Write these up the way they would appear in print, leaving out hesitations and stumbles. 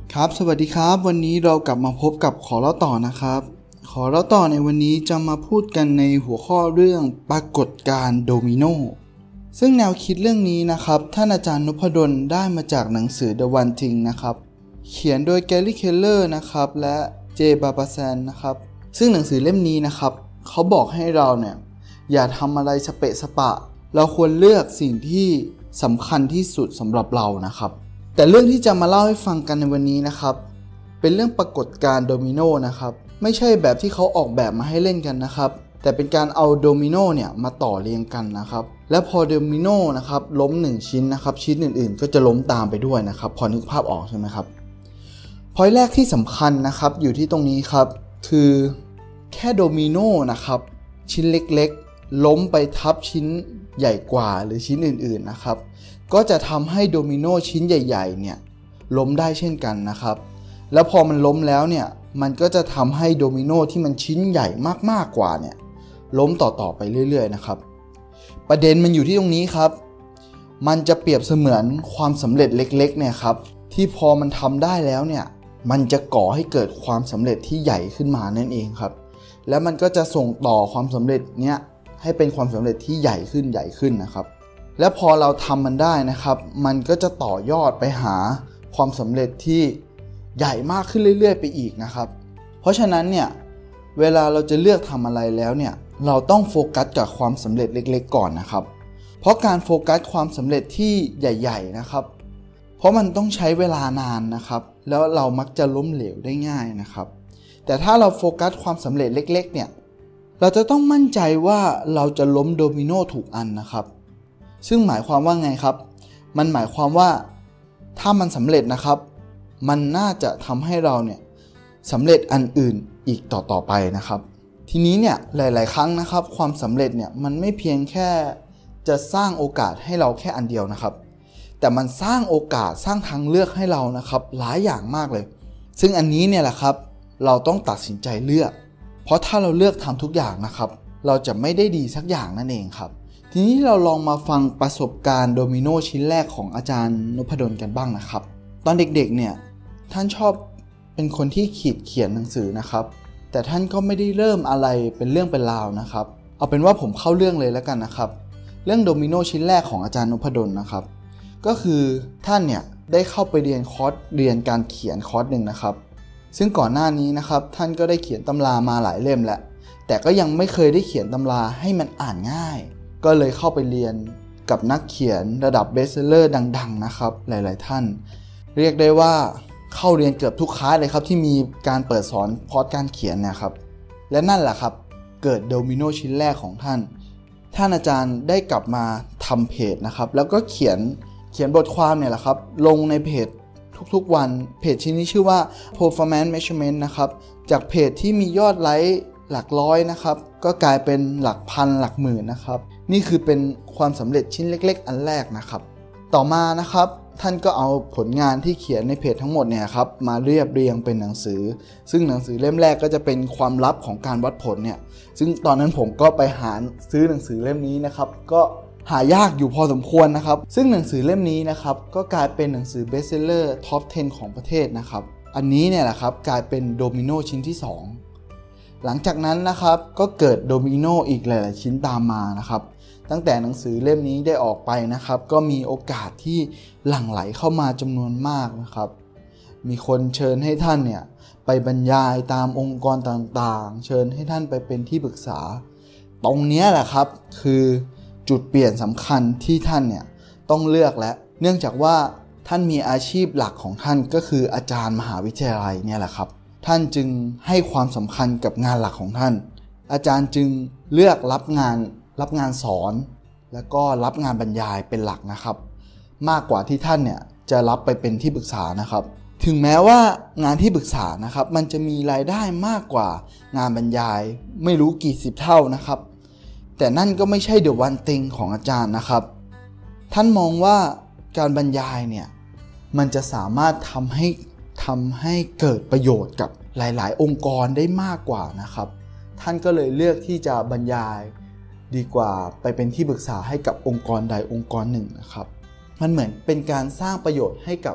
ครับสวัสดีครับวันนี้เรากลับมาพบกับขอเล่าต่อนะครับขอเล่าต่อในวันนี้จะมาพูดกันในหัวข้อเรื่องปรากฏการณ์โดมิโนซึ่งแนวคิดเรื่องนี้นะครับท่านอาจารย์นพดลได้มาจากหนังสือ The One Thing นะครับเขียนโดยแกรี่เคลเลอร์นะครับและเจบาบาแซนนะครับซึ่งหนังสือเล่มนี้นะครับเขาบอกให้เราเนี่ยอย่าทำอะไรสเปะสปะเราควรเลือกสิ่งที่สำคัญที่สุดสำหรับเรานะครับแต่เรื่องที่จะมาเล่าให้ฟังกันในวันนี้นะครับเป็นเรื่องปรากฏการณ์โดมิโนนะครับไม่ใช่แบบที่เขาออกแบบมาให้เล่นกันนะครับแต่เป็นการเอาโดมิโนเนี่ยมาต่อเรียงกันนะครับและพอโดมิโนนะครับล้ม1ชิ้นนะครับชิ้นอื่นๆก็จะล้มตามไปด้วยนะครับพอนึกภาพออกใช่ไหมครับพอยต์แรกที่สำคัญนะครับอยู่ที่ตรงนี้ครับคือแค่โดมิโนนะครับชิ้นเล็กๆล้มไปทับชิ้นใหญ่กว่าหรือชิ้นอื่นๆนะครับก็จะทำให้โดมิโนชิ้นใหญ่ๆเนี่ยล้มได้เช่นกันนะครับแล้วพอมันล้มแล้วเนี่ยมันก็จะทำให้โดมิโนที่มันชิ้นใหญ่มากๆกว่าเนี่ยล้มต่อๆไปเรื่อยๆนะครับประเด็นมันอยู่ที่ตรงนี้ครับมันจะเปรียบเสมือนความสำเร็จเล็กๆเนี่ยครับที่พอมันทำได้แล้วเนี่ยมันจะก่อให้เกิดความสำเร็จที่ใหญ่ขึ้นมานั่นเองครับแล้วมันก็จะส่งต่อความสำเร็จเนี้ยให้เป็นความสำเร็จที่ใหญ่ขึ้นนะครับและพอเราทำมันได้นะครับมันก็จะต่อยอดไปหาความสำเร็จที่ใหญ่มากขึ้นเรื่อยๆไปอีกนะครับเพราะฉะนั้นเนี่ยเวลาเราจะเลือกทำอะไรแล้วเนี่ยเราต้องโฟกัสกับความสำเร็จเล็กๆก่อนนะครับเพราะการโฟกัสความสำเร็จที่ใหญ่ๆนะครับเพราะมันต้องใช้เวลานานนะครับแล้วเรามักจะล้มเหลวได้ง่ายนะครับแต่ถ้าเราโฟกัสความสำเร็จเล็กๆเนี่ยเราจะต้องมั่นใจว่าเราจะล้มโดมิโนถูกอันนะครับซึ่งหมายความว่าไงครับมันหมายความว่าถ้ามันสำเร็จนะครับมันน่าจะทำให้เราเนี่ยสำเร็จอันอื่นอีกต่อไปนะครับทีนี้เนี่ยหลายๆครั้งนะครับความสำเร็จเนี่ยมันไม่เพียงแค่จะสร้างโอกาสให้เราแค่อันเดียวนะครับแต่มันสร้างโอกาสสร้างทางเลือกให้เรานะครับหลายอย่างมากเลยซึ่งอันนี้เนี่ยแหละครับเราต้องตัดสินใจเลือกเพราะถ้าเราเลือกทำทุกอย่างนะครับเราจะไม่ได้ดีสักอย่างนั่นเองครับทีนี้เราลองมาฟังประสบการณ์โดมิโนชิ้นแรกของอาจารย์นพดลกันบ้างนะครับตอนเด็กๆเนี่ยท่านชอบเป็นคนที่เขียนหนังสือนะครับแต่ท่านก็ไม่ได้เริ่มอะไรเป็นเรื่องเป็นราวนะครับเอาเป็นว่าผมเข้าเรื่องเลยแล้วกันนะครับเรื่องโดมิโนชิ้นแรกของอาจารย์นพดลนะครับก็คือท่านเนี่ยได้เข้าไปเรียนคอร์สเรียนการเขียนคอร์สหนึ่งนะครับซึ่งก่อนหน้านี้นะครับท่านก็ได้เขียนตำรามาหลายเล่มแล้วแต่ก็ยังไม่เคยได้เขียนตำราให้มันอ่านง่ายก็เลยเข้าไปเรียนกับนักเขียนระดับเบสเซลเลอร์ดังๆนะครับหลายๆท่านเรียกได้ว่าเข้าเรียนเกือบทุกคลาสเลยครับที่มีการเปิดสอนคอร์สการเขียนนะครับและนั่นแหละครับเกิดโดมิโนชิ้นแรกของท่านอาจารย์ได้กลับมาทำเพจนะครับแล้วก็เขียนบทความเนี่ยแหละครับลงในเพจทุกๆวันเพจชิ้นนี้ชื่อว่า performance measurement นะครับจากเพจที่มียอดไลค์หลักร้อยนะครับก็กลายเป็นหลักพันหลักหมื่นนะครับนี่คือเป็นความสำเร็จชิ้นเล็กๆอันแรกนะครับต่อมานะครับท่านก็เอาผลงานที่เขียนในเพจทั้งหมดเนี่ยครับมาเรียบเรียงเป็นหนังสือซึ่งหนังสือเล่มแรกก็จะเป็นความลับของการวัดผลเนี่ยซึ่งตอนนั้นผมก็ไปหาซื้อหนังสือเล่มนี้นะครับก็หายากอยู่พอสมควรนะครับซึ่งหนังสือเล่มนี้นะครับก็กลายเป็นหนังสือเบสเซลเลอร์ท็อป 10 ของประเทศนะครับอันนี้เนี่ยแหละครับกลายเป็นโดมิโนชิ้นที่2หลังจากนั้นนะครับก็เกิดโดมิโนอีกหลายๆชิ้นตามมานะครับตั้งแต่หนังสือเล่มนี้ได้ออกไปนะครับก็มีโอกาสที่หลั่งไหลเข้ามาจำนวนมากนะครับมีคนเชิญให้ท่านเนี่ยไปบรรยายตามองค์กรต่างๆเชิญให้ท่านไปเป็นที่ปรึกษาตรงนี้แหละครับคือจุดเปลี่ยนสำคัญที่ท่านเนี่ยต้องเลือกและเนื่องจากว่าท่านมีอาชีพหลักของท่านก็คืออาจารย์มหาวิทยาลัยเนี่ยแหละครับท่านจึงให้ความสำคัญกับงานหลักของท่านอาจารย์จึงเลือกรับงานสอนแล้วก็รับงานบรรยายเป็นหลักนะครับมากกว่าที่ท่านเนี่ยจะรับไปเป็นที่ปรึกษานะครับถึงแม้ว่างานที่ปรึกษานะครับมันจะมีรายได้มากกว่างานบรรยายไม่รู้กี่สิบเท่านะครับแต่นั่นก็ไม่ใช่ The One Thing ของอาจารย์นะครับท่านมองว่าการบรรยายเนี่ยมันจะสามารถทำให้เกิดประโยชน์กับหลายๆองค์กรได้มากกว่านะครับท่านก็เลยเลือกที่จะบรรยายดีกว่าไปเป็นที่ปรึกษาให้กับองค์กรใดองค์กรหนึ่งนะครับมันเหมือนเป็นการสร้างประโยชน์ให้กับ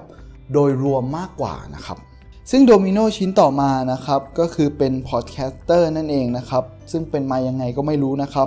โดยรวมมากกว่านะครับซึ่งโดมิโนชิ้นต่อมานะครับก็คือเป็นพอดแคสเตอร์นั่นเองนะครับซึ่งเป็นมายังไงก็ไม่รู้นะครับ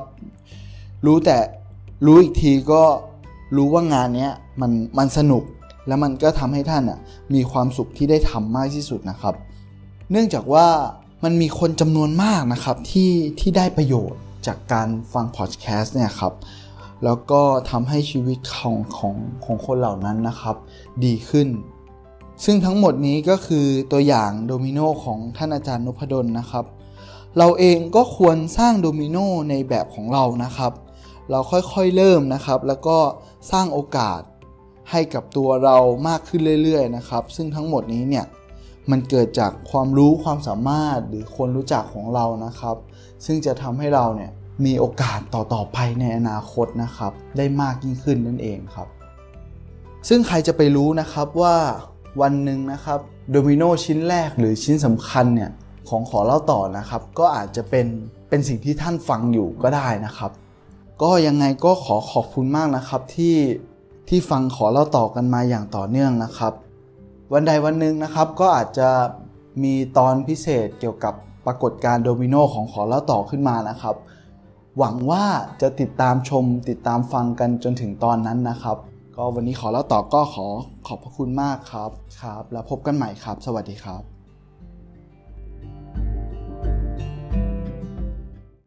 รู้อีกทีก็รู้ว่างานนี้มันสนุกและมันก็ทำให้ท่านมีความสุขที่ได้ทำมากที่สุดนะครับเนื่องจากว่ามันมีคนจำนวนมากนะครับที่ได้ประโยชน์จากการฟังพอดแคสต์เนี่ยครับแล้วก็ทำให้ชีวิตของคนเหล่านั้นนะครับดีขึ้นซึ่งทั้งหมดนี้ก็คือตัวอย่างโดมิโนของท่านอาจารย์นพดลนะครับเราเองก็ควรสร้างโดมิโนในแบบของเรานะครับเราค่อยๆเริ่มนะครับแล้วก็สร้างโอกาสให้กับตัวเรามากขึ้นเรื่อยๆนะครับซึ่งทั้งหมดนี้เนี่ยมันเกิดจากความรู้ความสามารถหรือคนรู้จักของเรานะครับซึ่งจะทำให้เราเนี่ยมีโอกาสต่อไปในอนาคตนะครับได้มากยิ่งขึ้นนั่นเองครับซึ่งใครจะไปรู้นะครับว่าวันหนึ่งนะครับโดมิโนชิ้นแรกหรือชิ้นสำคัญเนี่ยของขอเล่าต่อนะครับก็อาจจะเป็นสิ่งที่ท่านฟังอยู่ก็ได้นะครับก็ยังไงก็ขอบคุณมากนะครับที่ฟังขอเล่าต่อกันมาอย่างต่อเนื่องนะครับวันใดวันหนึ่งนะครับก็อาจจะมีตอนพิเศษเกี่ยวกับปรากฏการณ์โดมิโนของขอเล่าต่อขึ้นมานะครับหวังว่าจะติดตามฟังกันจนถึงตอนนั้นนะครับก็วันนี้ขอเล่าต่อก็ขอบพระคุณมากครับแล้วพบกันใหม่ครับสวัสดีครับ